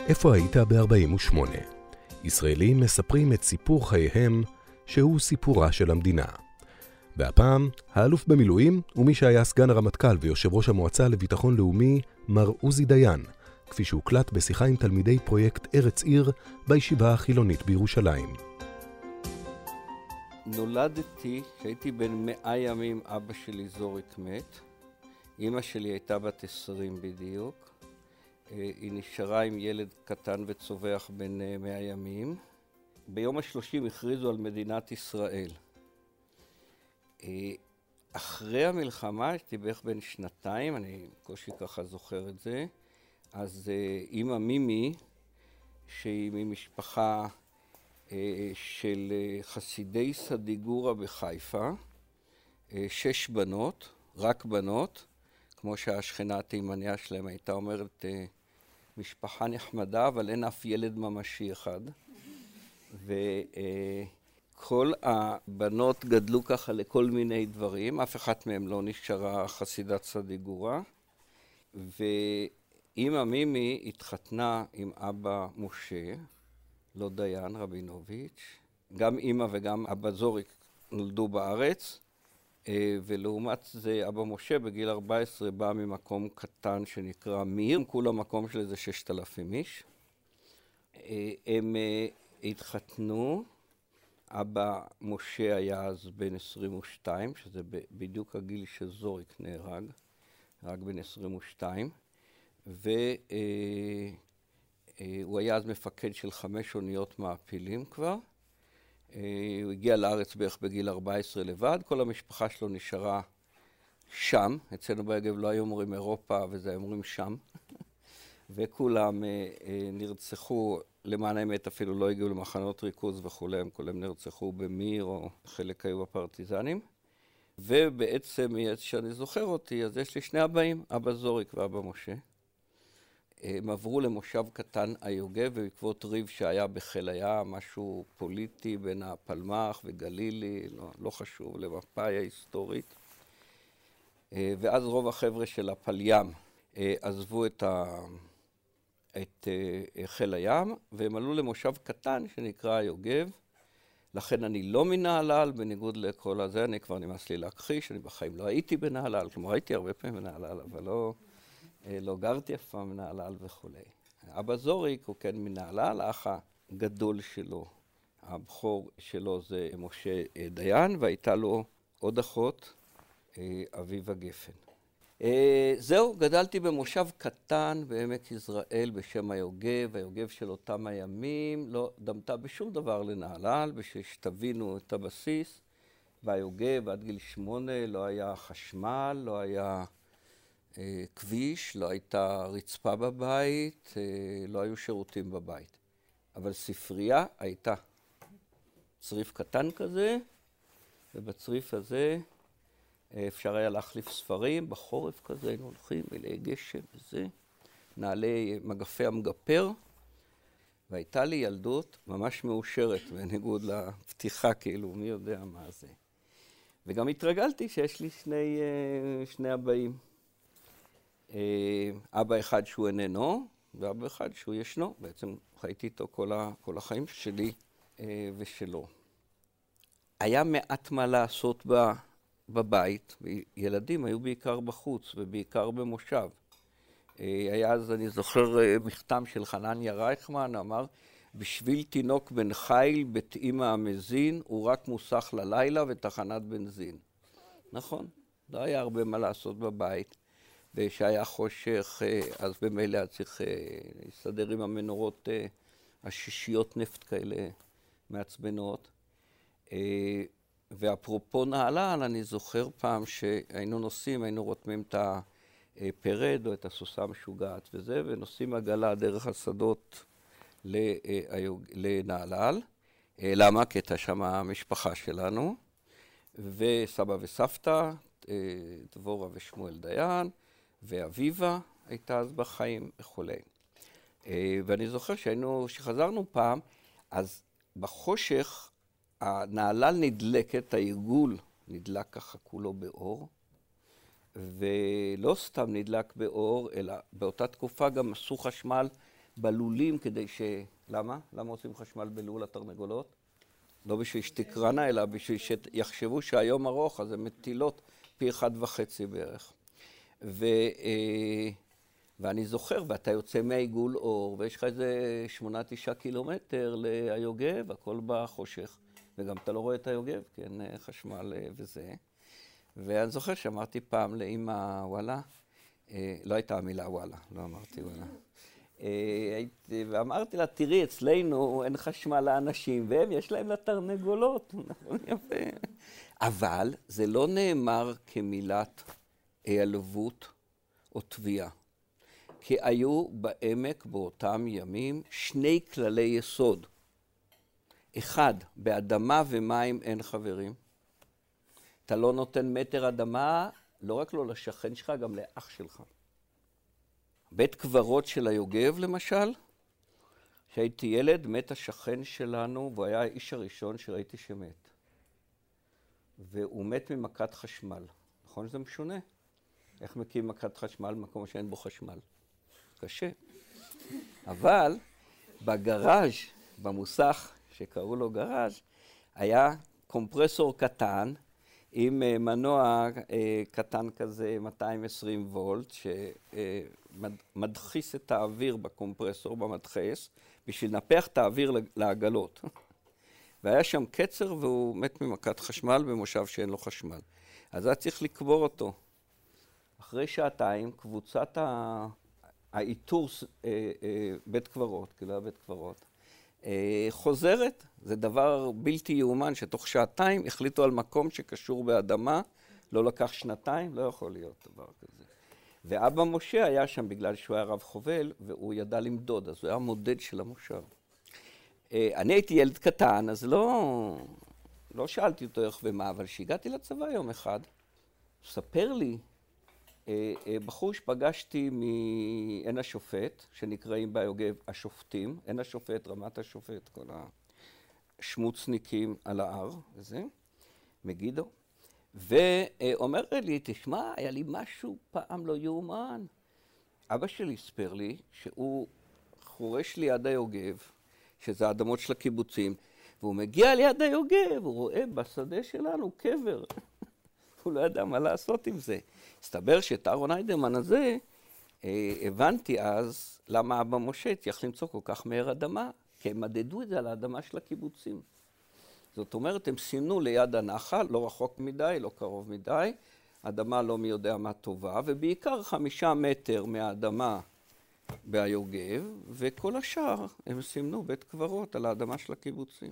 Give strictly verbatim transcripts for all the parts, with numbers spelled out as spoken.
איפה היית ב-ארבעים ושמונה? ישראלים מספרים את סיפור חייהם שהוא סיפורה של המדינה. והפעם, האלוף במילואים ומי שהיה סגן הרמטכ"ל ויושב ראש המועצה לביטחון לאומי, מר עוזי דיין, כפי שהוקלט בשיחה עם תלמידי פרויקט ארץ עיר בישיבה החילונית בירושלים. נולדתי, כשהייתי בן מאה ימים, אבא שלי זוריק מת. אמא שלי הייתה בת עשרים בדיוק. היא נשארה עם ילד קטן וצובח בן מאה ימים. ביום השלושים הכריזו על מדינת ישראל. אחרי המלחמה, הייתי בערך בן שנתיים, אני קושי ככה זוכר את זה, אז אמא מימי, שהיא ממשפחה של חסידי סדיגורה בחיפה, שש בנות, רק בנות, כמו שהשכנה התימניה שלהם הייתה אומרת, משפחה נחמדה, אבל אין אף ילד ממשי אחד. וכל הבנות גדלו ככה לכל מיני דברים, אף אחת מהם לא נשארה חסידת סדיגורה. ואמא מימי התחתנה עם אבא משה, לא דיין, רבינוביץ'. גם אמא וגם אבא זוריק נולדו בארץ, ולעומת זה אבא משה בגיל ארבע עשרה בא ממקום קטן שנקרא מיר, כול המקום של איזה ששת אלפים איש. הם התחתנו, אבא משה היה אז בן עשרים ושתיים, שזה בדיוק הגיל שזוריק נהרג, רק בן עשרים ושתיים, והוא היה אז מפקד של חמש אוניות מעפילים כבר. הוא הגיע לארץ בערך בגיל ארבע עשרה לבד, כל המשפחה שלו נשארה שם, אצלנו ביגב לא היו אומרים אירופה וזה היו אומרים שם, וכולם נרצחו, למען האמת אפילו לא הגיעו למחנות ריכוז וכולי, הם כולם נרצחו במיר או חלק היו בפרטיזנים, ובעצם שאני זוכר אותי, אז יש לי שני אבאים, אבא זוריק ואבא משה. הם עברו למושב קטן היוגב, ובעקבות ריב שהיה בחיל הים, משהו פוליטי בין הפלמ"ח וגלילי, לא, לא חשוב, למפאי ההיסטורית. ואז רוב החבר'ה של הפלים עזבו את, ה... את חיל הים, והם עלו למושב קטן שנקרא היוגב. לכן אני לא מנהלל, בניגוד לכל הזה, אני כבר נמאס לי להכחיש, אני בחיים לא הייתי בנהלל, כלומר הייתי הרבה פעמים בנהלל, אבל לא... לא גרתי אף פעם מנהלל וכו'. אבא זוריק הוא כן מנהלל, האח הגדול שלו, הבכור שלו זה משה דיין, והייתה לו עוד אחות, אביבה גפן. זהו, גדלתי במושב קטן בעמק יזרעאל בשם היוגב, היוגב של אותם הימים, לא דמתה בשום דבר לנהלל, בשביל שתבינו את הבסיס, והיוגב עד גיל שמונה לא היה חשמל, לא היה... כביש, לא הייתה רצפה בבית, לא היו שירותים בבית. אבל ספרייה הייתה. צריף קטן כזה, ובצריף הזה אפשר היה להחליף ספרים, בחורף כזה היינו הולכים, מלאי גשם וזה, נעלי מגפי המגפר, והייתה לי ילדות ממש מאושרת, בניגוד לפתיחה, כאילו, מי יודע מה זה. וגם התרגלתי שיש לי שני, שני הבאים. אבא אחד שהוא איננו, ואבא אחד שהוא ישנו. בעצם חייתי איתו כל, ה, כל החיים שלי ושלו. היה מעט מה לעשות ב, בבית, ילדים היו בעיקר בחוץ ובעיקר במושב. היה אז, אני זוכר, מכתם של חנניה רייכמן, אמר, בשביל תינוק בן חיל, בית אמא המזין, הוא רק מוסך ללילה ותחנת בנזין. נכון, לא היה הרבה מה לעשות בבית. ושהיה חושך, אז במילא היה צריך להסתדר עם המנורות השישיות נפט כאלה מעצבנות. ואפרופו נהלל, אני זוכר פעם שהיינו נוסעים, היינו רותמים את הפרד או את הסוסה המשוגעת וזה, ונוסעים עגלה דרך השדות לנהלל. למה? כי הייתה שם המשפחה שלנו, וסבא וסבתא, דבורה ושמואל דיין, ואביבה הייתה אז בחיים וכולי. ואני זוכר שהיינו, שחזרנו פעם, אז בחושך הנהלל נדלקת, העיגול נדלק ככה כולו באור, ולא סתם נדלק באור, אלא באותה תקופה גם עשו חשמל בלולים כדי ש... למה? למה עושים חשמל בלול התרנגולות? לא בשביל שתקרנה, אלא בשביל שיחשבו שהיום ארוך, אז הן מטילות פי אחד וחצי בערך. ו... ואני זוכר, ואתה יוצא מעיגול אור, ויש לך איזה שמונה, תשעה קילומטר ליוגב, הכל בחושך, וגם אתה לא רואה את היוגב, כי אין חשמל וזה. ואני זוכר שאמרתי פעם לאמא וואלה, לא הייתה המילה וואלה, לא אמרתי וואלה. ואמרתי לה, תראי, אצלנו אין חשמל לאנשים, והם יש להם לתרנגולות, נכון יפה. אבל זה לא נאמר כמילת העלבות או תביעה. כי היו בעמק באותם ימים שני כללי יסוד. אחד, באדמה ומים אין חברים. אתה לא נותן מטר אדמה, לא רק לא לשכן שלך, גם לאח שלך. בית קברות של היוגב, למשל, כשהייתי ילד, מת השכן שלנו, והוא היה האיש הראשון שראיתי שמת. והוא מת ממכת חשמל. נכון שזה משונה? איך מקים מכת חשמל במקום שאין בו חשמל? קשה. אבל בגראז', במוסך שקראו לו גראז', היה קומפרסור קטן, עם מנוע קטן כזה, מאתיים ועשרים וולט, שמדחיס את האוויר בקומפרסור, במדחס, בשביל לנפח את האוויר לעגלות. והיה שם קצר והוא מת ממכת חשמל במושב שאין לו חשמל. אז היה צריך לקבור אותו. אחרי שעתיים, קבוצת האיתור בית קברות, כאילו היה בית קברות, חוזרת. זה דבר בלתי יאומן שתוך שעתיים החליטו על מקום שקשור באדמה, לא לקח שנתיים, לא יכול להיות דבר כזה. ואבא משה היה שם בגלל שהוא היה רב חובל, והוא ידע למדוד, אז הוא היה מודד של המושב. אני הייתי ילד קטן, אז לא, לא שאלתי אותו איך ומה, אבל כשהגעתי לצבא יום אחד, ספר לי, בחור שפגשתי מעין השופט, שנקראים ביוגב השופטים, עין השופט, רמת השופט, כל השמוצניקים על ההר, וזה, מגידו, ואומר לי, תשמע, היה לי משהו פעם לא יאומן. אבא שלי ספר לי שהוא חורש ליד היוגב, שזה האדמות של הקיבוצים, והוא מגיע ליד היוגב, הוא רואה בשדה שלנו קבר. הוא לא ידע מה לעשות עם זה. הסתבר שאת אהרון היידרמן הזה, אה, הבנתי אז למה אבא משה הצליח למצוא כל כך מהר אדמה, כי הם מדדו את זה על האדמה של הקיבוצים. זאת אומרת, הם סימנו ליד הנחל, לא רחוק מדי, לא קרוב מדי, אדמה לא מי יודע מה טובה, ובעיקר חמישה מטר מהאדמה ביוגב, וכל השאר הם סימנו בית קברות על האדמה של הקיבוצים.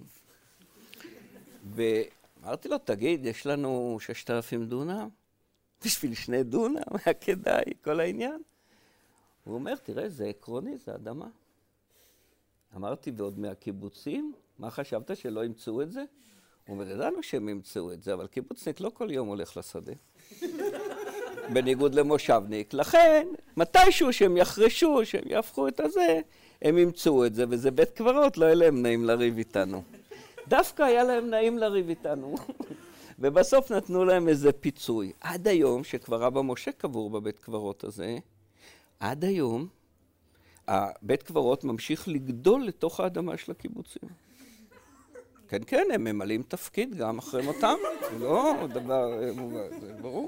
ואמרתי לו, תגיד, יש לנו ששת אלפים דונם? בשביל שני דונם, היה כדאי, כל העניין. הוא אומר, תראה, זה עקרוני, זה אדמה. אמרתי, ועוד מהקיבוצים? מה חשבת, שלא ימצאו את זה? הוא אומר, ידענו שהם ימצאו את זה, אבל קיבוצניק לא כל יום הולך לשדה. בניגוד למושבניק. לכן, מתישהו שהם יחרשו, שהם יהפכו את הזה, הם ימצאו את זה, וזה בית קברות, לא היה להם נעים לריב איתנו. דווקא היה להם נעים לריב איתנו. ובסוף נתנו להם איזה פיצוי. עד היום, שכבר אבא משה קבור בבית קברות הזה, עד היום, הבית קברות ממשיך לגדול לתוך האדמה של הקיבוצים. כן, כן, הם ממלאים תפקיד גם אחרי מותם. לא, דבר, זה ברור.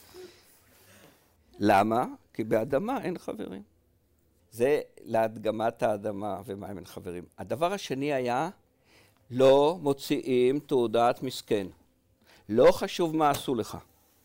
למה? כי באדמה אין חברים. זה להדגמת האדמה ומה אין חברים. הדבר השני היה, לא מוציאים תעודת מסכן. לא חשוב מה עשו לך.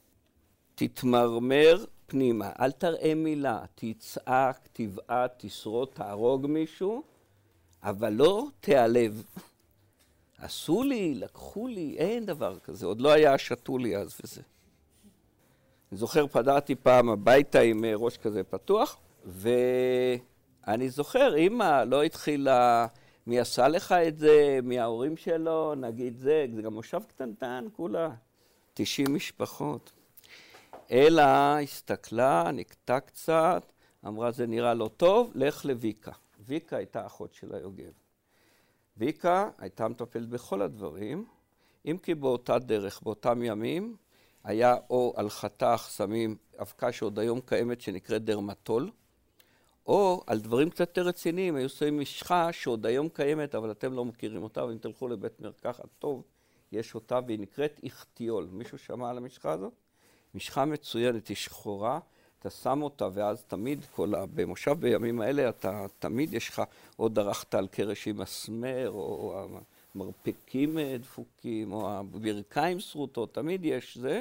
תתמרמר פנימה, אל תראה מילה, תצעק, תבעט, תשרוט, תהרוג מישהו, אבל לא תיעלב. עשו לי, לקחו לי, אין דבר כזה. עוד לא היה שתו לי אז וזה. אני זוכר, פדרתי פעם הביתה עם ראש כזה פתוח, ואני זוכר, אמא לא התחילה, מי עשה לך את זה, מי ההורים שלו, נגיד זה, זה גם מושב קטנטן, כולה תשעים משפחות. אלא הסתכלה, נקטה קצת, אמרה, זה נראה לא טוב, לך לויקה. ויקה הייתה אחות של היוגב. ויקה הייתה מטפלת בכל הדברים, אם כי באותה דרך, באותם ימים, היה או על חתך שמים אבקה שעוד היום קיימת שנקראת דרמטול, או על דברים קצת יותר רציניים, היו עושים משחה שעוד היום קיימת, אבל אתם לא מכירים אותה, ואם תלכו לבית מרקחת טוב, יש אותה, והיא נקראת איכטיול. מישהו שמע על המשחה הזאת? משחה מצוינת, היא שחורה, אתה שם אותה, ואז תמיד, כל ה... במושב בימים האלה, אתה תמיד יש לך, או דרכת על קרש עם מסמר, או המרפקים דפוקים, או הברכיים שרוטות, תמיד יש זה,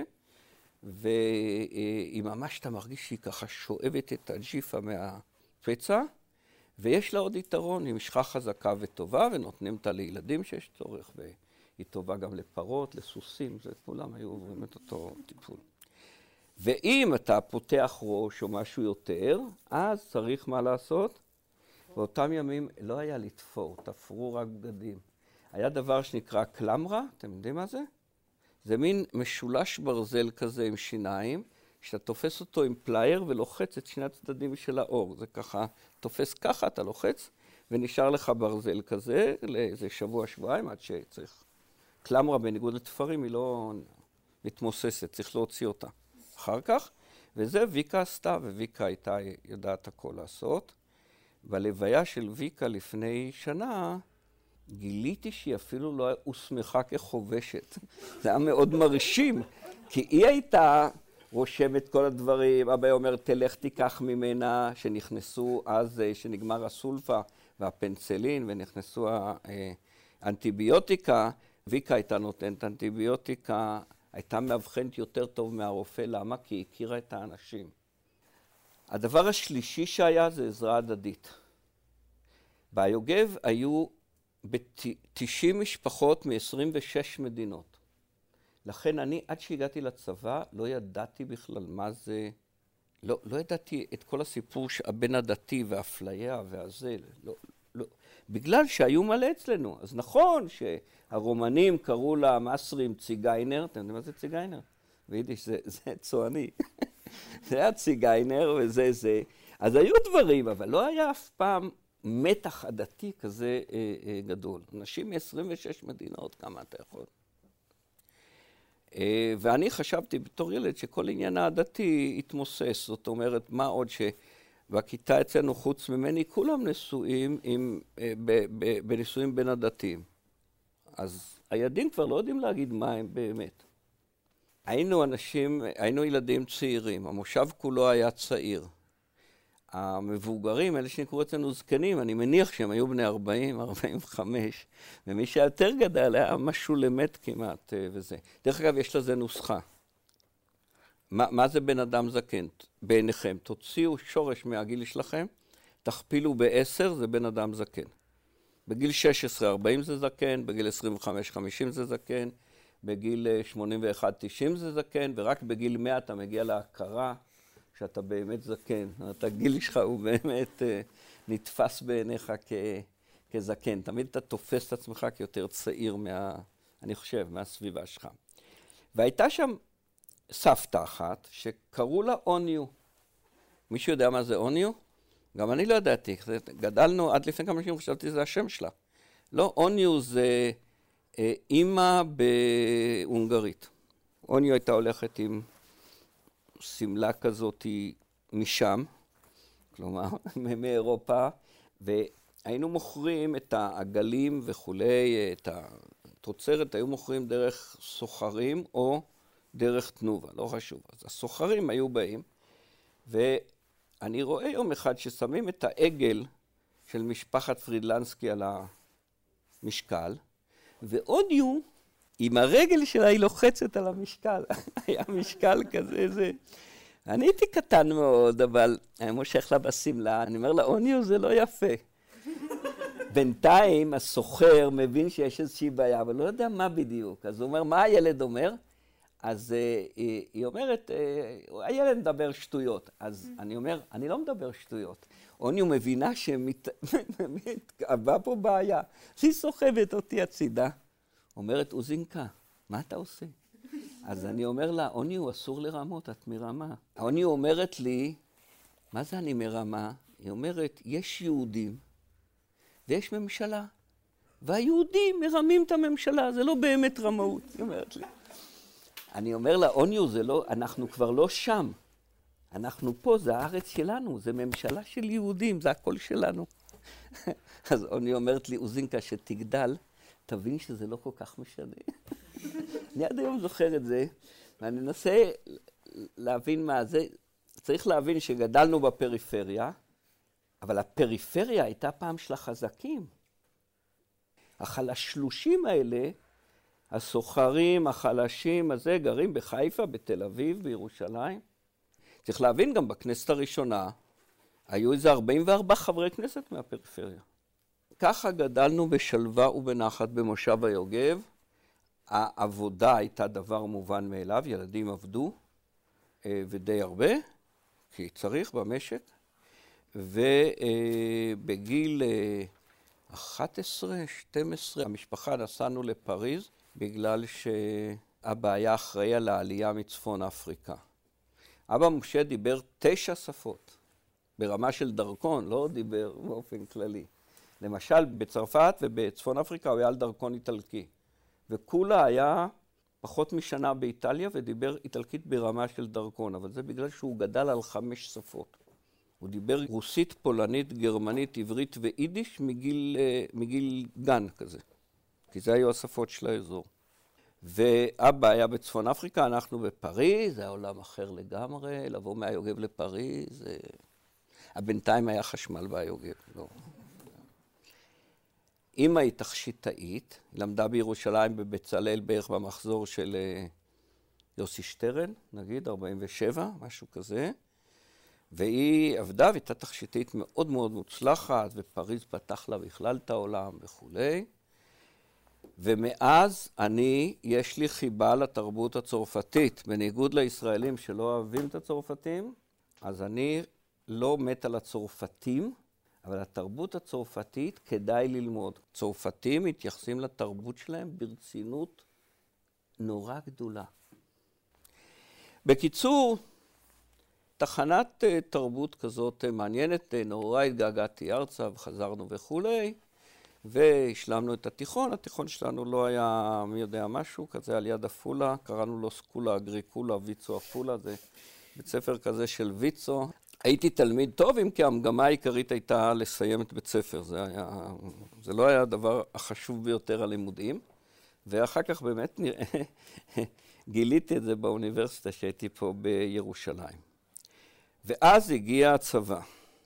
והיא ממש, אתה מרגיש שהיא ככה שואבת את הג'יפה מהפצע, ויש לה עוד יתרון, היא משחה חזקה וטובה, ונותנים אותה לילדים שיש צורך, והיא טובה גם לפרות, לסוסים, זה כולם היו עוברים את אותו טיפול. ואם אתה פותח ראש או משהו יותר, אז צריך מה לעשות? באותם ימים לא היה לתפור, תפרו רק בגדים. היה דבר שנקרא קלמרה, אתם יודעים מה זה? זה מין משולש ברזל כזה עם שיניים, שאתה תופס אותו עם פלייר ולוחץ את שני הצדדים של האור. זה ככה, תופס ככה, אתה לוחץ, ונשאר לך ברזל כזה, לאיזה שבוע, שבועיים, עד שצריך. קלמרה בניגוד לתפרים היא לא מתמוססת, צריך להוציא אותה. אחר כך, וזה ויקה עשתה, וויקה הייתה יודעת הכל לעשות. בלוויה של ויקה לפני שנה, גיליתי שהיא אפילו לא הוסמכה כחובשת. זה היה מאוד מרשים, כי היא הייתה רושמת כל הדברים, אבא אומר, תלך תיקח ממנה, שנכנסו אז, שנגמר הסולפה והפנצלין, ונכנסו האנטיביוטיקה, ויקה הייתה נותנת אנטיביוטיקה, הייתה מאבחנת יותר טוב מהרופא, למה? כי היא הכירה את האנשים. הדבר השלישי שהיה זה עזרה הדדית. ביוגב היו ב-תשעים משפחות מ-עשרים ושש מדינות. לכן אני, עד שהגעתי לצבא, לא ידעתי בכלל מה זה, לא, לא ידעתי את כל הסיפור הבין הדתי והאפליה והזה, לא, לא, בגלל שהיו מלא אצלנו. אז נכון שהרומנים קראו למסרים ציגיינר, אתם יודעים מה זה ציגיינר? ביידיש זה, זה צועני. זה היה ציגיינר וזה זה. אז היו דברים, אבל לא היה אף פעם מתח עדתי כזה אה, אה, גדול. אנשים מ-עשרים ושש מדינות, כמה אתה יכול. אה, ואני חשבתי בתור ילד שכל עניין העדתי התמוסס. זאת אומרת, מה עוד שבכיתה אצלנו חוץ ממני, כולם נשואים עם, אה, ב, ב, בנישואים בין הדתיים. אז הילדים כבר לא יודעים להגיד מה הם באמת. היינו אנשים, היינו ילדים צעירים, המושב כולו היה צעיר. המבוגרים, אלה שנקראו אצלנו זקנים, אני מניח שהם היו בני ארבעים, ארבעים וחמש, ומי שיותר גדל היה משהו למת כמעט וזה. דרך אגב, יש לזה נוסחה. מה, מה זה בן אדם זקן? בעיניכם, תוציאו שורש מהגיל שלכם, תכפילו בעשר, זה בן אדם זקן. בגיל שש עשרה ארבעים זה זקן, בגיל עשרים וחמש חמישים זה זקן, בגיל שמונים ואחת תשעים זה זקן, ורק בגיל מאה אתה מגיע להכרה שאתה באמת זקן. את הגיל שלך הוא באמת נתפס בעיניך כ, כזקן. תמיד אתה תופס את עצמך כיותר צעיר, מה, אני חושב, מהסביבה שלך. והייתה שם סבתא אחת שקראו לה אוניו. מישהו יודע מה זה אוניו? גם אני לא ידעתי. גדלנו עד לפני כמה שנים, חשבתי שזה השם שלה. לא, אוניו זה אימא בהונגרית. אוניו הייתה הולכת עם סמלה כזאת משם, כלומר, מאירופה, והיינו מוכרים את העגלים וכולי, את התוצרת, היו מוכרים דרך סוחרים או דרך תנובה, לא חשוב. אז הסוחרים היו באים, ואני רואה יום אחד ששמים את העגל של משפחת פרידלנסקי על המשקל, ואוניו, עם הרגל שלה היא לוחצת על המשקל. היה משקל כזה, זה. אני הייתי קטן מאוד, אבל אני מושך לה בסמלה, אני אומר לה, אוניו זה לא יפה. בינתיים הסוחר מבין שיש איזושהי בעיה, אבל לא יודע מה בדיוק. אז הוא אומר, מה הילד אומר? אז uh, היא, היא אומרת, uh, הילד מדבר שטויות. אז אני אומר, אני לא מדבר שטויות. אוניו מבינה שמתקבע פה בעיה. היא סוחבת אותי הצידה. אומרת, אוזינקה, מה אתה עושה? אז אני אומר לה, אוניו, אסור לרמות, את מרמה. אוניו אומרת לי, מה זה אני מרמה? היא אומרת, יש יהודים ויש ממשלה, והיהודים מרמים את הממשלה, זה לא באמת רמאות, היא אומרת לי. אני אומר לה, אוניו, זה לא, אנחנו כבר לא שם. אנחנו פה, זה הארץ שלנו, זה ממשלה של יהודים, זה הכל שלנו. אז אני אומרת לי, אוזינקה, שתגדל, תבין שזה לא כל כך משנה. אני עד היום זוכר את זה, ואני אנסה להבין מה זה. צריך להבין שגדלנו בפריפריה, אבל הפריפריה הייתה פעם של החזקים. החלשלושים האלה, הסוחרים, החלשים, הזה, גרים בחיפה, בתל אביב, בירושלים. צריך להבין, גם בכנסת הראשונה, היו איזה ארבעים וארבעה חברי כנסת מהפריפריה. ככה גדלנו בשלווה ובנחת במושב היוגב. העבודה הייתה דבר מובן מאליו, ילדים עבדו, ודי הרבה, כי צריך במשק. ובגיל אחת עשרה, שתים עשרה, המשפחה נסענו לפריז, בגלל שאבא היה אחראי על העלייה מצפון אפריקה. אבא משה דיבר תשע שפות, ברמה של דרכון, לא דיבר באופן כללי. למשל, בצרפת ובצפון אפריקה הוא היה על דרכון איטלקי. וכולה היה פחות משנה באיטליה ודיבר איטלקית ברמה של דרכון, אבל זה בגלל שהוא גדל על חמש שפות. הוא דיבר רוסית, פולנית, גרמנית, עברית ויידיש מגיל, מגיל גן כזה. כי זה היו השפות של האזור. ואבא היה בצפון אפריקה, אנחנו בפריז, זה היה עולם אחר לגמרי, לבוא מהיוגב לפריז. הבינתיים היה חשמל ביוגב, לא. אמא היא תכשיטאית, למדה בירושלים בבצלאל בערך במחזור של יוסי שטרן, נגיד, ארבעים ושבע, משהו כזה. והיא עבדה והייתה תכשיטאית מאוד מאוד מוצלחת, ופריז פתח לה בכלל את העולם וכולי. ומאז אני, יש לי חיבה לתרבות הצרפתית, בניגוד לישראלים שלא אוהבים את הצרפתים, אז אני לא מת על הצרפתים, אבל התרבות הצרפתית כדאי ללמוד. צרפתים מתייחסים לתרבות שלהם ברצינות נורא גדולה. בקיצור, תחנת תרבות כזאת מעניינת, נורא התגעגעתי ארצה וחזרנו וכולי, והשלמנו את התיכון. התיכון שלנו לא היה מי יודע משהו, כזה על יד אפולה, קראנו לו סקולה אגריקולה, ויצו אפולה, זה בית ספר כזה של ויצו. הייתי תלמיד טוב, אם כי המגמה העיקרית הייתה לסיים את בית ספר, זה, היה, זה לא היה הדבר החשוב ביותר הלימודים, ואחר כך באמת נראה, גיליתי את זה באוניברסיטה שהייתי פה בירושלים. ואז הגיע הצבא.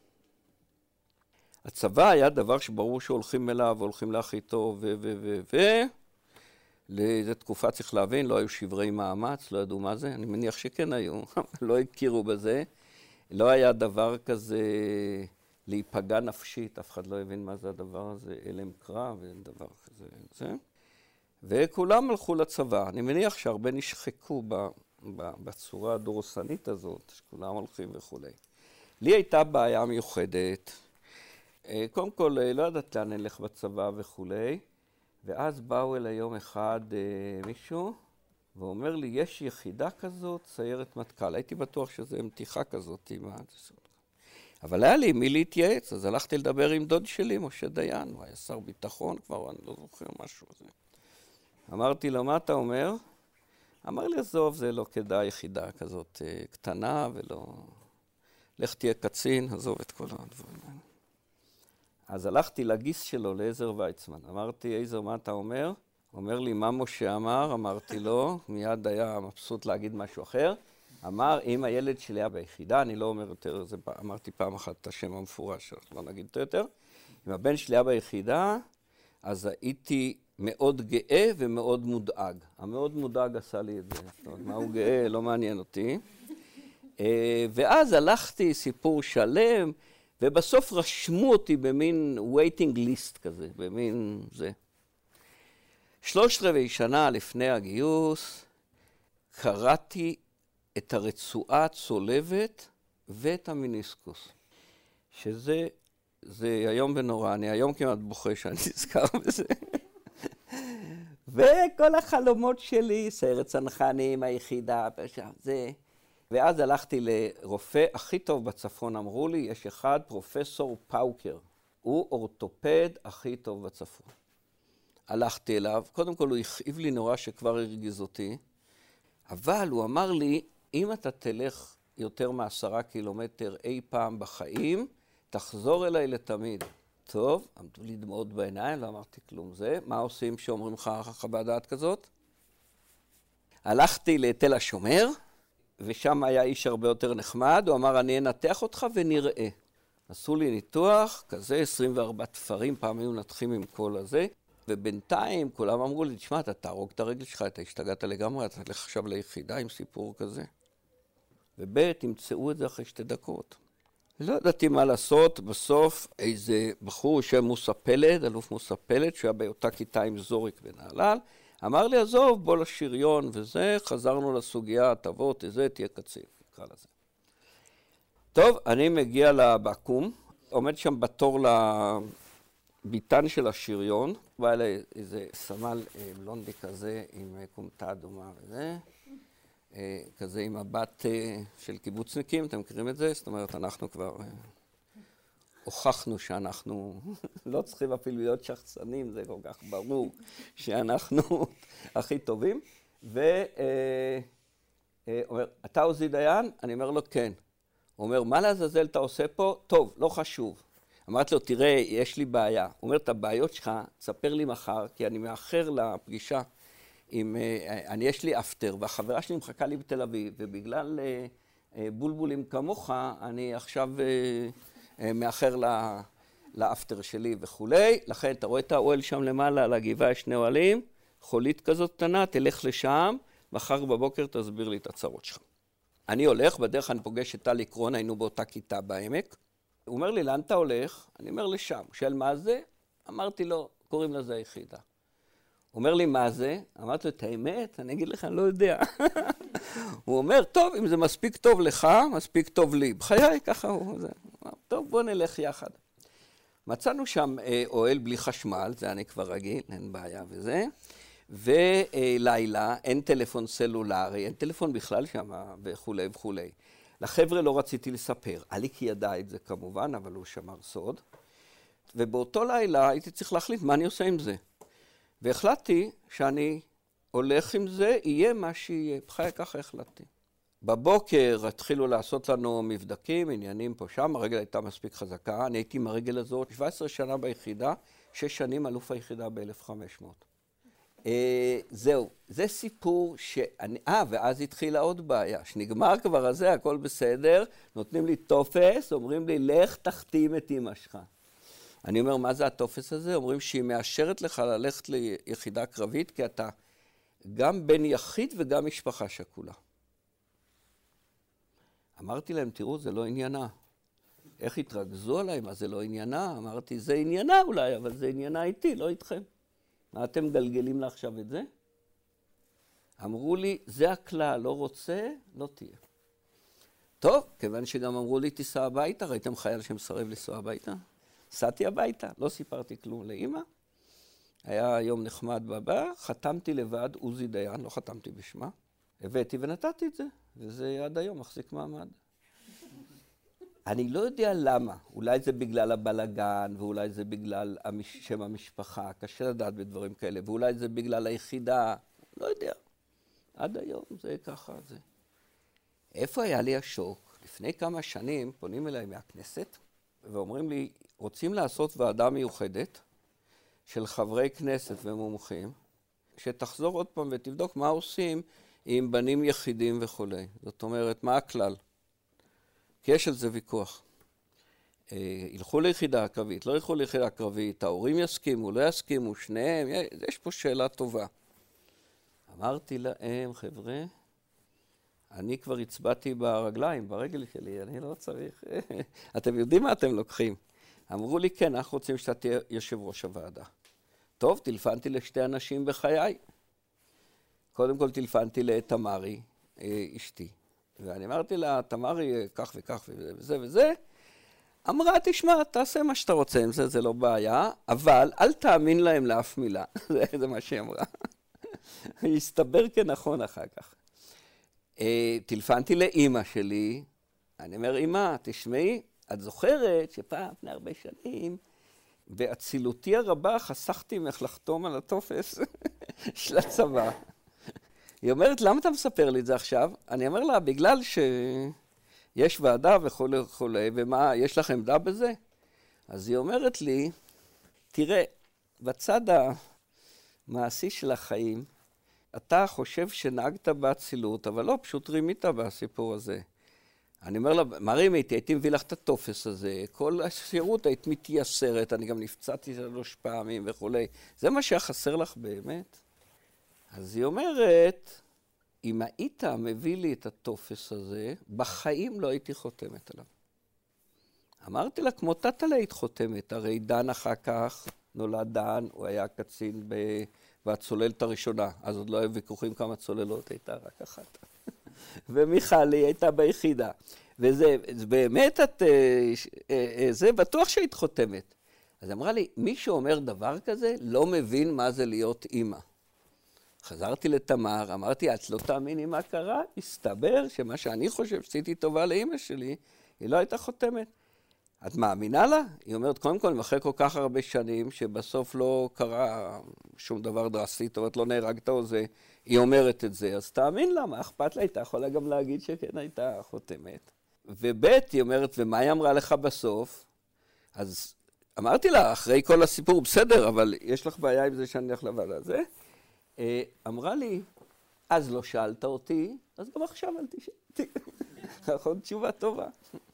הצבא היה דבר שברור שהולכים אליו, והולכים להכי טוב, ו... ו... ו... ו... לאיזו תקופה צריך להבין, לא היו שברי מאמץ, לא ידעו מה זה, אני מניח שכן היו, לא הכירו בזה. לא היה דבר כזה להיפגע נפשית, אף אחד לא הבין מה זה הדבר הזה, אלם קרב, ואין דבר כזה. זה. וכולם הלכו לצבא. אני מניח שהרבה נשחקו ב... בצורה הדורסנית הזאת, שכולם הולכים וכולי. לי הייתה בעיה מיוחדת. קודם כל, לא ידעת לאן נלך בצבא וכולי, ואז באו אל היום אחד מישהו, ואומר לי, יש יחידה כזאת, סיירת מטכ"ל. הייתי בטוח שזה מתיחה כזאת. אבל היה לי מי להתייעץ, אז הלכתי לדבר עם דוד שלי, משה דיין, הוא היה שר ביטחון כבר, אני לא זוכר משהו הזה. אמרתי לו, מה אתה אומר? אמר לי, עזוב, זה לא כדאי יחידה כזאת קטנה, ולא... לך תהיה קצין, עזוב את כל הדברים האלה. אז הלכתי לגיס שלו, לעזר ויצמן. אמרתי, עזר, מה אתה אומר? אומר לי, מה משה אמר? אמרתי לו, מיד היה מבסוט להגיד משהו אחר. אמר, אם הילד שלי היה ביחידה, אני לא אומר יותר, זה, אמרתי פעם אחת את השם המפורש, לא נגיד אותו יותר. אם הבן שלי היה ביחידה, אז הייתי מאוד גאה ומאוד מודאג. המאוד מודאג עשה לי את זה. זאת אומרת, מה הוא גאה, לא מעניין אותי. ואז הלכתי סיפור שלם, ובסוף רשמו אותי במין waiting list כזה, במין זה. שלושת רבעי שנה לפני הגיוס, קראתי את הרצועה הצולבת ואת המיניסקוס, שזה זה היום ונורא, אני היום כמעט בוכה שאני נזכר בזה. וכל החלומות שלי, סיירת צנחנים, היחידה, זה... ואז הלכתי לרופא הכי טוב בצפון, אמרו לי, יש אחד, פרופסור פאוקר, הוא אורתופד הכי טוב בצפון. הלכתי אליו, קודם כל הוא הכאיב לי נורא שכבר הרגיז אותי, אבל הוא אמר לי, אם אתה תלך יותר מעשרה קילומטר אי פעם בחיים, תחזור אליי לתמיד. טוב, עמדו לי דמעות בעיניים, לא אמרתי כלום זה. מה עושים שאומרים לך חוות דעת כזאת? הלכתי לתל השומר, ושם היה איש הרבה יותר נחמד, הוא אמר, אני אנתח אותך ונראה. עשו לי ניתוח, כזה עשרים וארבעה תפרים, פעם היו נתחים עם כל הזה, ובינתיים כולם אמרו לי, תשמע, אתה תהרוג את הרגל שלך, אתה השתגעת לגמרי, אתה תלך עכשיו ליחידה עם סיפור כזה. וב' תמצאו את זה אחרי שתי דקות. לא ידעתי מה לעשות, בסוף איזה בחור שם מוסא פלד, אלוף מוסא פלד, שהיה באותה כיתה עם זוריק בנהלל, אמר לי, עזוב, בוא לשריון וזה, חזרנו לסוגיה, תבוא, תזה, תהיה קצין, נקרא לזה. טוב, אני מגיע לבקו"ם, עומד שם בתור לביטן של השריון, בא אליי איזה סמל בלונדי כזה עם קומטה אדומה וזה, כזה עם מבט של קיבוצניקים, אתם מכירים את זה? זאת אומרת, אנחנו כבר הוכחנו שאנחנו לא צריכים אפילו להיות שחצנים, זה כל כך ברור שאנחנו הכי טובים. ואומר, אתה עוזי דיין? אני אומר לו, כן. הוא אומר, מה לעזאזל אתה עושה פה? טוב, לא חשוב. אמרתי לו, תראה, יש לי בעיה. הוא אומר, את הבעיות שלך, תספר לי מחר, כי אני מאחר לפגישה. עם, אני יש לי אפטר, והחברה שלי מחכה לי בתל אביב, ובגלל בולבולים כמוך, אני עכשיו מאחר לאפטר שלי וכולי. לכן, אתה רואה את האוהל שם למעלה, על הגבעה, יש שני אוהלים, חולית כזאת קטנה, תלך לשם, מחר בבוקר תסביר לי את הצרות שלך. אני הולך, בדרך אני פוגש את טלי קרון, היינו באותה כיתה בעמק. הוא אומר לי, לאן אתה הולך? אני אומר לשם. הוא שואל, מה זה? אמרתי לו, קוראים לזה היחידה. הוא אומר לי, מה זה? אמרתי לו, את האמת? אני אגיד לך, אני לא יודע. הוא אומר, טוב, אם זה מספיק טוב לך, מספיק טוב לי. בחיי, ככה הוא. זה. טוב, בוא נלך יחד. מצאנו שם אה, אוהל בלי חשמל, זה אני כבר רגיל, אין בעיה וזה. ולילה, אין טלפון סלולרי, אין טלפון בכלל שם וכולי וכולי. לחבר'ה לא רציתי לספר. אליקי ידע את זה כמובן, אבל הוא שמר סוד. ובאותו לילה הייתי צריך להחליט מה אני עושה עם זה. והחלטתי שאני הולך עם זה, יהיה מה שיהיה. בחיי ככה החלטתי. בבוקר התחילו לעשות לנו מבדקים, עניינים פה שם, הרגל הייתה מספיק חזקה. אני הייתי עם הרגל הזאת שבע עשרה שנה ביחידה, שש שנים אלוף היחידה ב-אלף וחמש מאות. אה, זהו, זה סיפור שאני... אה, ואז התחילה עוד בעיה. שנגמר כבר הזה, הכל בסדר, נותנים לי טופס, אומרים לי, לך תחתים את אמא שלך. אני אומר, מה זה הטופס הזה? אומרים שהיא מאשרת לך ללכת ליחידה קרבית, כי אתה גם בן יחיד וגם משפחה שכולה. אמרתי להם, תראו, זה לא עניינה. איך התרכזו עליי? מה זה לא עניינה? אמרתי, זה עניינה אולי, אבל זה עניינה איתי, לא איתכם. מה אתם גלגלים לה עכשיו את זה? אמרו לי, זה הכלל, לא רוצה, לא תהיה. טוב, כיוון שגם אמרו לי, תיסע הביתה, ראיתם חייל שמסרב לנסוע הביתה? סעתי הביתה, לא סיפרתי כלום לאמא. היה יום נחמד בבא, חתמתי לבד, עוזי דיין, לא חתמתי בשמה. הבאתי ונתתי את זה, וזה עד היום מחזיק מעמד. אני לא יודע למה, אולי זה בגלל הבלגן, ואולי זה בגלל שם המשפחה, קשה לדעת בדברים כאלה, ואולי זה בגלל היחידה, לא יודע. עד היום זה ככה, זה. איפה היה לי השוק? לפני כמה שנים פונים אליי מהכנסת, ואומרים לי, רוצים לעשות ועדה מיוחדת של חברי כנסת ומומחים, שתחזור עוד פעם ותבדוק מה עושים עם בנים יחידים וכולי. זאת אומרת, מה הכלל? כי יש על זה ויכוח. ילכו ליחידה קרבית, לא ילכו ליחידה קרבית, ההורים יסכימו, לא יסכימו, שניהם, יש פה שאלה טובה. אמרתי להם, חבר'ה, אני כבר הצבעתי ברגליים, ברגל שלי, אני לא צריך. אתם יודעים מה אתם לוקחים? אמרו לי, כן, אנחנו רוצים שאתה תהיה יושב ראש הוועדה. טוב, טלפנתי לשתי אנשים בחיי. קודם כל טלפנתי לתמרי, אשתי. ואני אמרתי לה, תמרי, כך וכך וזה וזה. אמרה, תשמע, תעשה מה שאתה רוצה עם זה, זה לא בעיה, אבל אל תאמין להם לאף מילה. זה מה שהיא אמרה. הסתבר כנכון אחר כך. טלפנתי לאמא שלי, אני אומר, אמא, תשמעי, את זוכרת שפעם, לפני הרבה שנים, באצילותי הרבה חסכתי ממך לחתום על הטופס של הצבא. היא אומרת, למה אתה מספר לי את זה עכשיו? אני אומר לה, בגלל ש... יש ועדה וכולי וכולי, ומה, יש לך עמדה בזה? אז היא אומרת לי, תראה, בצד המעשי של החיים, אתה חושב שנהגת באצילות, אבל לא, פשוט רימית בסיפור הזה. אני אומר לה, מה רימיתי? הייתי מביא לך את הטופס הזה, כל השירות היית מתייסרת, אני גם נפצעתי שלוש פעמים וכולי. זה מה שהיה חסר לך באמת? אז היא אומרת, אם היית מביא לי את הטופס הזה, בחיים לא הייתי חותמת עליו. אמרתי לה, כמו תתלה היית חותמת, הרי דן אחר כך, נולד דן, הוא היה קצין בצוללת הראשונה, אז עוד לא היו ויכוחים כמה צוללות, הייתה רק אחת. ומיכל היא הייתה ביחידה. וזה באמת, את, זה בטוח שהיית חותמת. אז אמרה לי, מי שאומר דבר כזה לא מבין מה זה להיות אימא. חזרתי לתמר, אמרתי, את לא תאמיני מה קרה? הסתבר שמה שאני חושב שעשיתי טובה לאמא שלי, היא לא הייתה חותמת. את מאמינה לה? היא אומרת, קודם כל, אחרי כל כך הרבה שנים, שבסוף לא קרה שום דבר דרסטי, זאת אומרת, לא נהרגת או זה, היא אומרת את זה, אז תאמין לה, מה אכפת לה? הייתה יכולה גם להגיד שכן הייתה חותמת. ובית, היא אומרת, ומה היא אמרה לך בסוף? אז אמרתי לה, אחרי כל הסיפור, בסדר, אבל יש לך בעיה עם זה שאני הולך לוועדה הזה? אמרה לי, אז לא שאלת אותי, אז גם עכשיו אל תשאל אותי. נכון, תשובה טובה.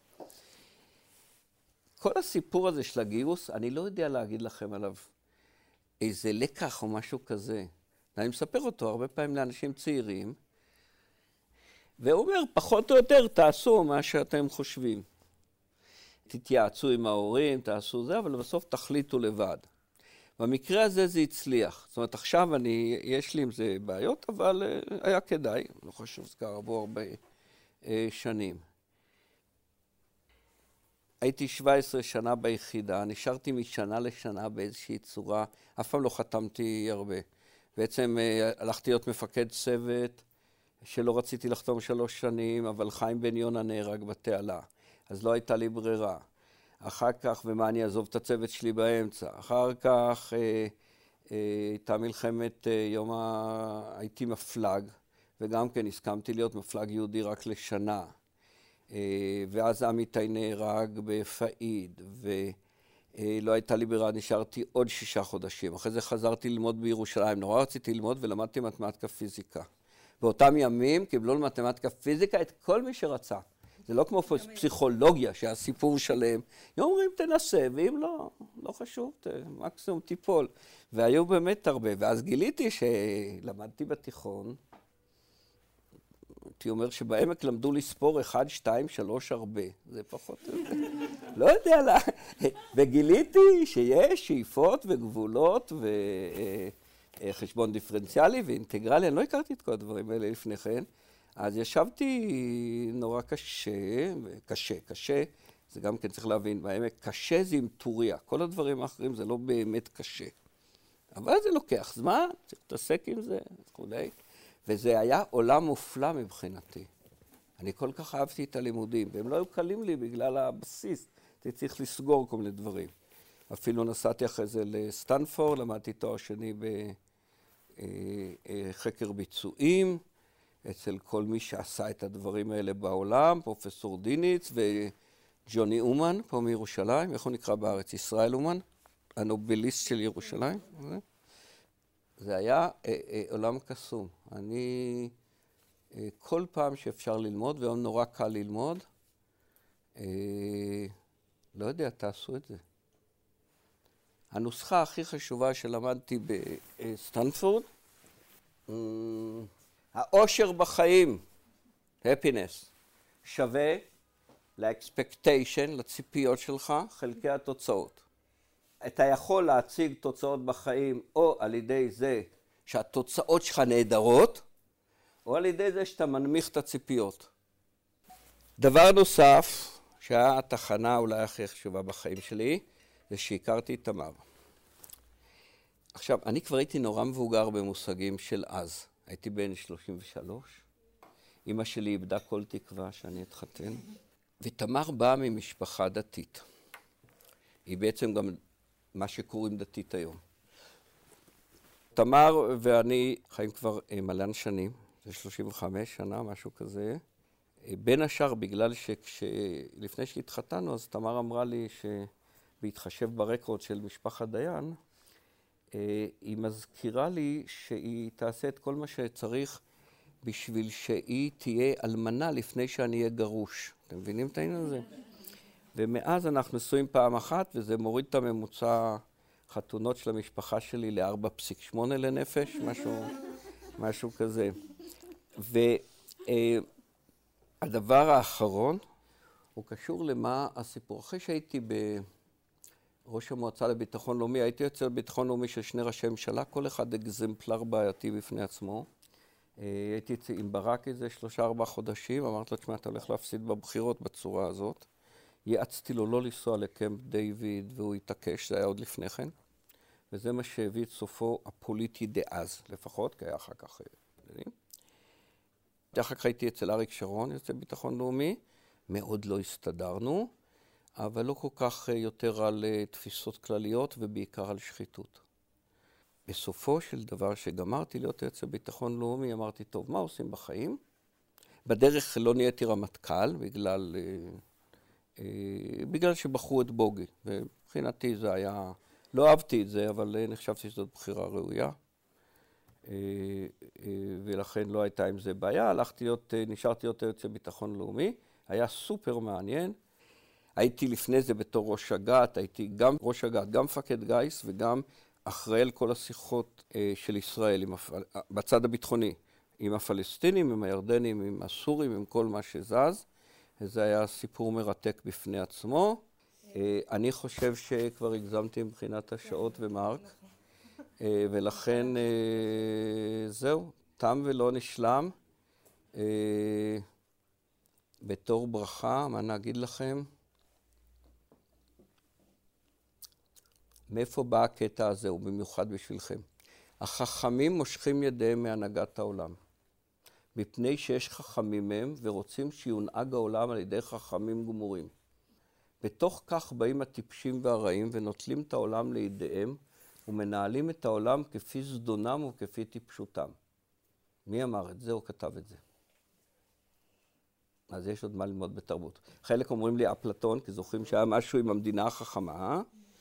כל הסיפור הזה של הגיוס, אני לא יודע להגיד לכם עליו איזה לקח או משהו כזה. אני מספר אותו הרבה פעמים לאנשים צעירים, והוא אומר, פחות או יותר תעשו מה שאתם חושבים. תתייעצו עם ההורים, תעשו זה, אבל בסוף תחליטו לבד. במקרה הזה זה הצליח. זאת אומרת, עכשיו אני, יש לי עם זה בעיות, אבל uh, היה כדאי. לא חושב שזה קרה בו הרבה uh, שנים. הייתי שבע עשרה שנה ביחידה, נשארתי משנה לשנה באיזושהי צורה, אף פעם לא חתמתי הרבה. בעצם uh, הלכתי להיות מפקד צוות, שלא רציתי לחתום שלוש שנים, אבל חיים בן יונה נהרג בתעלה. אז לא הייתה לי ברירה. אחר כך, ומה אני אעזוב את הצוות שלי באמצע. אחר כך אה, אה, הייתה מלחמת אה, יום ה... הייתי מפלג, וגם כן הסכמתי להיות מפלג יהודי רק לשנה. אה, ואז עמיתי נהרג בפאיד, ולא הייתה לי ברירה, נשארתי עוד שישה חודשים. אחרי זה חזרתי ללמוד בירושלים. נורא רציתי ללמוד ולמדתי מתמטיקה פיזיקה. באותם ימים קיבלו למתמטיקה פיזיקה את כל מי שרצה. זה לא כמו פסיכולוגיה, שהסיפור שלם. הם אומרים, תנסה, ואם לא, לא חשוב, מקסימום טיפול. והיו באמת הרבה. ואז גיליתי שלמדתי בתיכון, הייתי אומר שבעמק למדו לספור אחד, שתיים, שלוש, הרבה. זה פחות... לא יודע לה. וגיליתי שיש שאיפות וגבולות וחשבון דיפרנציאלי ואינטגרלי. אני לא הכרתי את כל הדברים האלה לפני כן. אז ישבתי נורא קשה, קשה, קשה, זה גם כן צריך להבין, בעמק, קשה זה עם טוריה, כל הדברים האחרים זה לא באמת קשה. אבל זה לוקח זמן, צריך להתעסק עם זה וכולי, וזה היה עולם מופלא מבחינתי. אני כל כך אהבתי את הלימודים, והם לא היו קלים לי בגלל הבסיס, הייתי צריך לסגור כל מיני דברים. אפילו נסעתי אחרי זה לסטנפורד, למדתי תואר שני בחקר ביצועים, אצל כל מי שעשה את הדברים האלה בעולם, פרופסור דיניץ וג'וני אומן, פה מירושלים, איך הוא נקרא בארץ? ישראל אומן, הנובליסט של ירושלים. זה היה אה, אה, עולם קסום. אני, אה, כל פעם שאפשר ללמוד, והיום נורא קל ללמוד, אה, לא יודע, תעשו את זה. הנוסחה הכי חשובה שלמדתי בסטנפורד, אה, האושר בחיים, happiness, שווה ל-expectation, לציפיות שלך, חלקי התוצאות. אתה יכול להציג תוצאות בחיים או על ידי זה שהתוצאות שלך נהדרות, או על ידי זה שאתה מנמיך את הציפיות. דבר נוסף, שהיה התחנה אולי הכי חשובה בחיים שלי, זה שהכרתי את תמר. עכשיו, אני כבר הייתי נורא מבוגר במושגים של אז. הייתי בן שלושים ושלוש, אמא שלי איבדה כל תקווה שאני אתחתן, ותמר באה ממשפחה דתית. היא בעצם גם מה שקוראים דתית היום. תמר ואני חיים כבר מלא שנים, זה שלושים וחמש שנה, משהו כזה, בין השאר, בגלל שלפני שהתחתנו, אז תמר אמרה לי שבהתחשב ברקורד של משפחת דיין, היא מזכירה לי שהיא תעשה את כל מה שצריך בשביל שהיא תהיה אלמנה לפני שאני אהיה גרוש. אתם מבינים את העניין הזה? ומאז אנחנו נשואים פעם אחת, וזה מוריד את הממוצע חתונות של המשפחה שלי ל-ארבע נקודה שמונה לנפש, משהו, משהו כזה. והדבר האחרון הוא קשור למה הסיפור. אחרי שהייתי בראש המועצה לביטחון לאומי, הייתי יוצא לביטחון לאומי של שני ראשי ממשלה, כל אחד אקזמפלר בעייתי בפני עצמו. הייתי עם ברק איזה שלושה ארבעה חודשים, אמרתי לו, תשמע, אתה הולך להפסיד בבחירות בצורה הזאת. יעצתי לו לא לנסוע לקמפ דיוויד, והוא התעקש, זה היה עוד לפני כן. וזה מה שהביא את סופו הפוליטי דאז, לפחות, כי היה אחר כך... אחר כך הייתי אצל אריק שרון, יוצא ביטחון לאומי, מאוד לא הסתדרנו, אבל לא כל כך יותר על תפיסות כלליות, ובעיקר על שחיתות. בסופו של דבר שגמרתי להיות יוצא ביטחון לאומי, אמרתי, טוב, מה עושים בחיים? בדרך לא נהייתי רמטכ"ל, בגלל... בגלל שבחרו את בוגי, ובחינתי זה היה, לא אהבתי את זה, אבל נחשבתי שזאת בחירה ראויה, ולכן לא הייתה עם זה בעיה, הלכתי להיות, נשארתי להיות יוצא ביטחון לאומי, היה סופר מעניין, הייתי לפני זה בתור ראש אג"ת, הייתי גם ראש אג"ת, גם מפקד גיס וגם אחראי על כל השיחות של ישראל בצד הביטחוני, עם הפלסטינים, עם הירדנים, עם הסורים, עם כל מה שזז, זה היה סיפור מרתק בפני עצמו. אני חושב שכבר הגזמתי מבחינת השעות ומרק, ולכן זהו, תם ולא נשלם. בתור ברכה, מה נגיד לכם? מאיפה בא הקטע הזה, ובמיוחד בשבילכם? החכמים מושכים ידיהם מהנהגת העולם. מפני שיש חכמים מהם ורוצים שיונהג העולם על ידי חכמים גמורים. בתוך כך באים הטיפשים והרעים ונוטלים את העולם לידיהם ומנהלים את העולם כפי זדונם וכפי טיפשותם. מי אמר את זה או כתב את זה? אז יש עוד מה ללמוד בתרבות. חלק אומרים לי אפלטון, כי זוכרים שהיה משהו עם המדינה החכמה.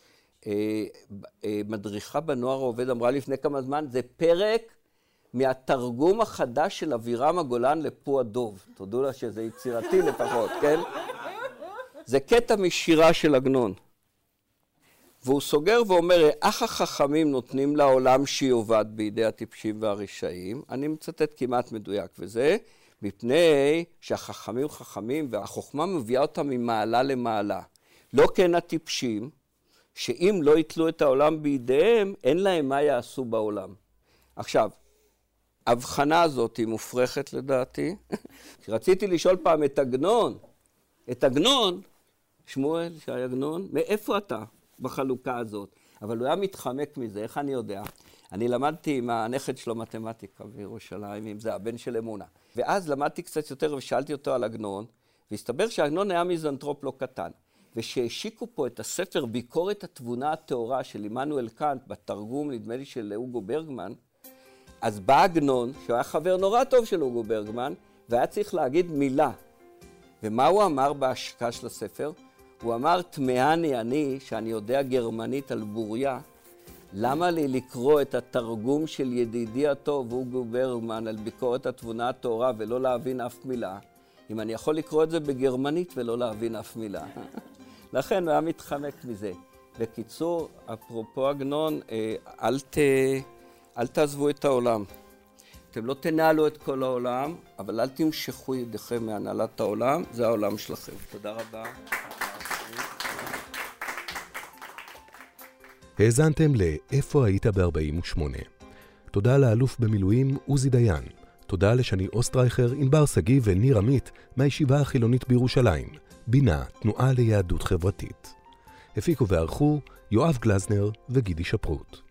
מדריכה בנוער העובד אמרה לפני כמה זמן, זה פרק מהתרגום החדש של אבירם הגולן לפו הדוב. תודו לה שזה יצירתי לפחות, כן? זה קטע משירה של עגנון. והוא סוגר ואומר, אך החכמים נותנים לעולם שיובד בידי הטיפשים והרשעים. אני מצטט כמעט מדויק וזה, מפני שהחכמים חכמים והחוכמה מביאה אותם ממעלה למעלה. לא כן הטיפשים, שאם לא יתלו את העולם בידיהם, אין להם מה יעשו בעולם. עכשיו, ההבחנה הזאת היא מופרכת לדעתי. רציתי לשאול פעם את עגנון, את עגנון, שמואל, שי עגנון, מאיפה אתה בחלוקה הזאת? אבל הוא היה מתחמק מזה, איך אני יודע? אני למדתי עם הנכד שלו מתמטיקה בירושלים, אם זה הבן של אמונה. ואז למדתי קצת יותר ושאלתי אותו על עגנון, והסתבר שעגנון היה מיזנטרופ לא קטן. ושהשיקו פה את הספר ביקורת התבונה הטהורה של עמנואל קאנט, בתרגום נדמה לי של אוגו ברגמן, אז בא עגנון, שהוא היה חבר נורא טוב של אוגו ברגמן, והיה צריך להגיד מילה. ומה הוא אמר בהשקה של הספר? הוא אמר, תמהני אני, שאני יודע גרמנית על בוריה, למה לי לקרוא את התרגום של ידידי הטוב, אוגו ברגמן, על ביקורת התבונה הטהורה, ולא להבין אף מילה, אם אני יכול לקרוא את זה בגרמנית ולא להבין אף מילה. לכן הוא היה מתחמק מזה. בקיצור, אפרופו עגנון, אל, ת, אל תעזבו את העולם. אתם לא תנהלו את כל העולם, אבל אל תמשכו ידיכם מהנהלת העולם, זה העולם שלכם. תודה רבה. האזנתם לאיפה היית ב-ארבעים ושמונה. תודה לאלוף במילואים עוזי דיין. תודה לשני אוסטרייכר, ענבר שגיא וניר עמית מהישיבה החילונית בירושלים. בינה, תנועה ליהדות חברתית. הפיקו וערכו יואב גלזנר וגידי שפרוט.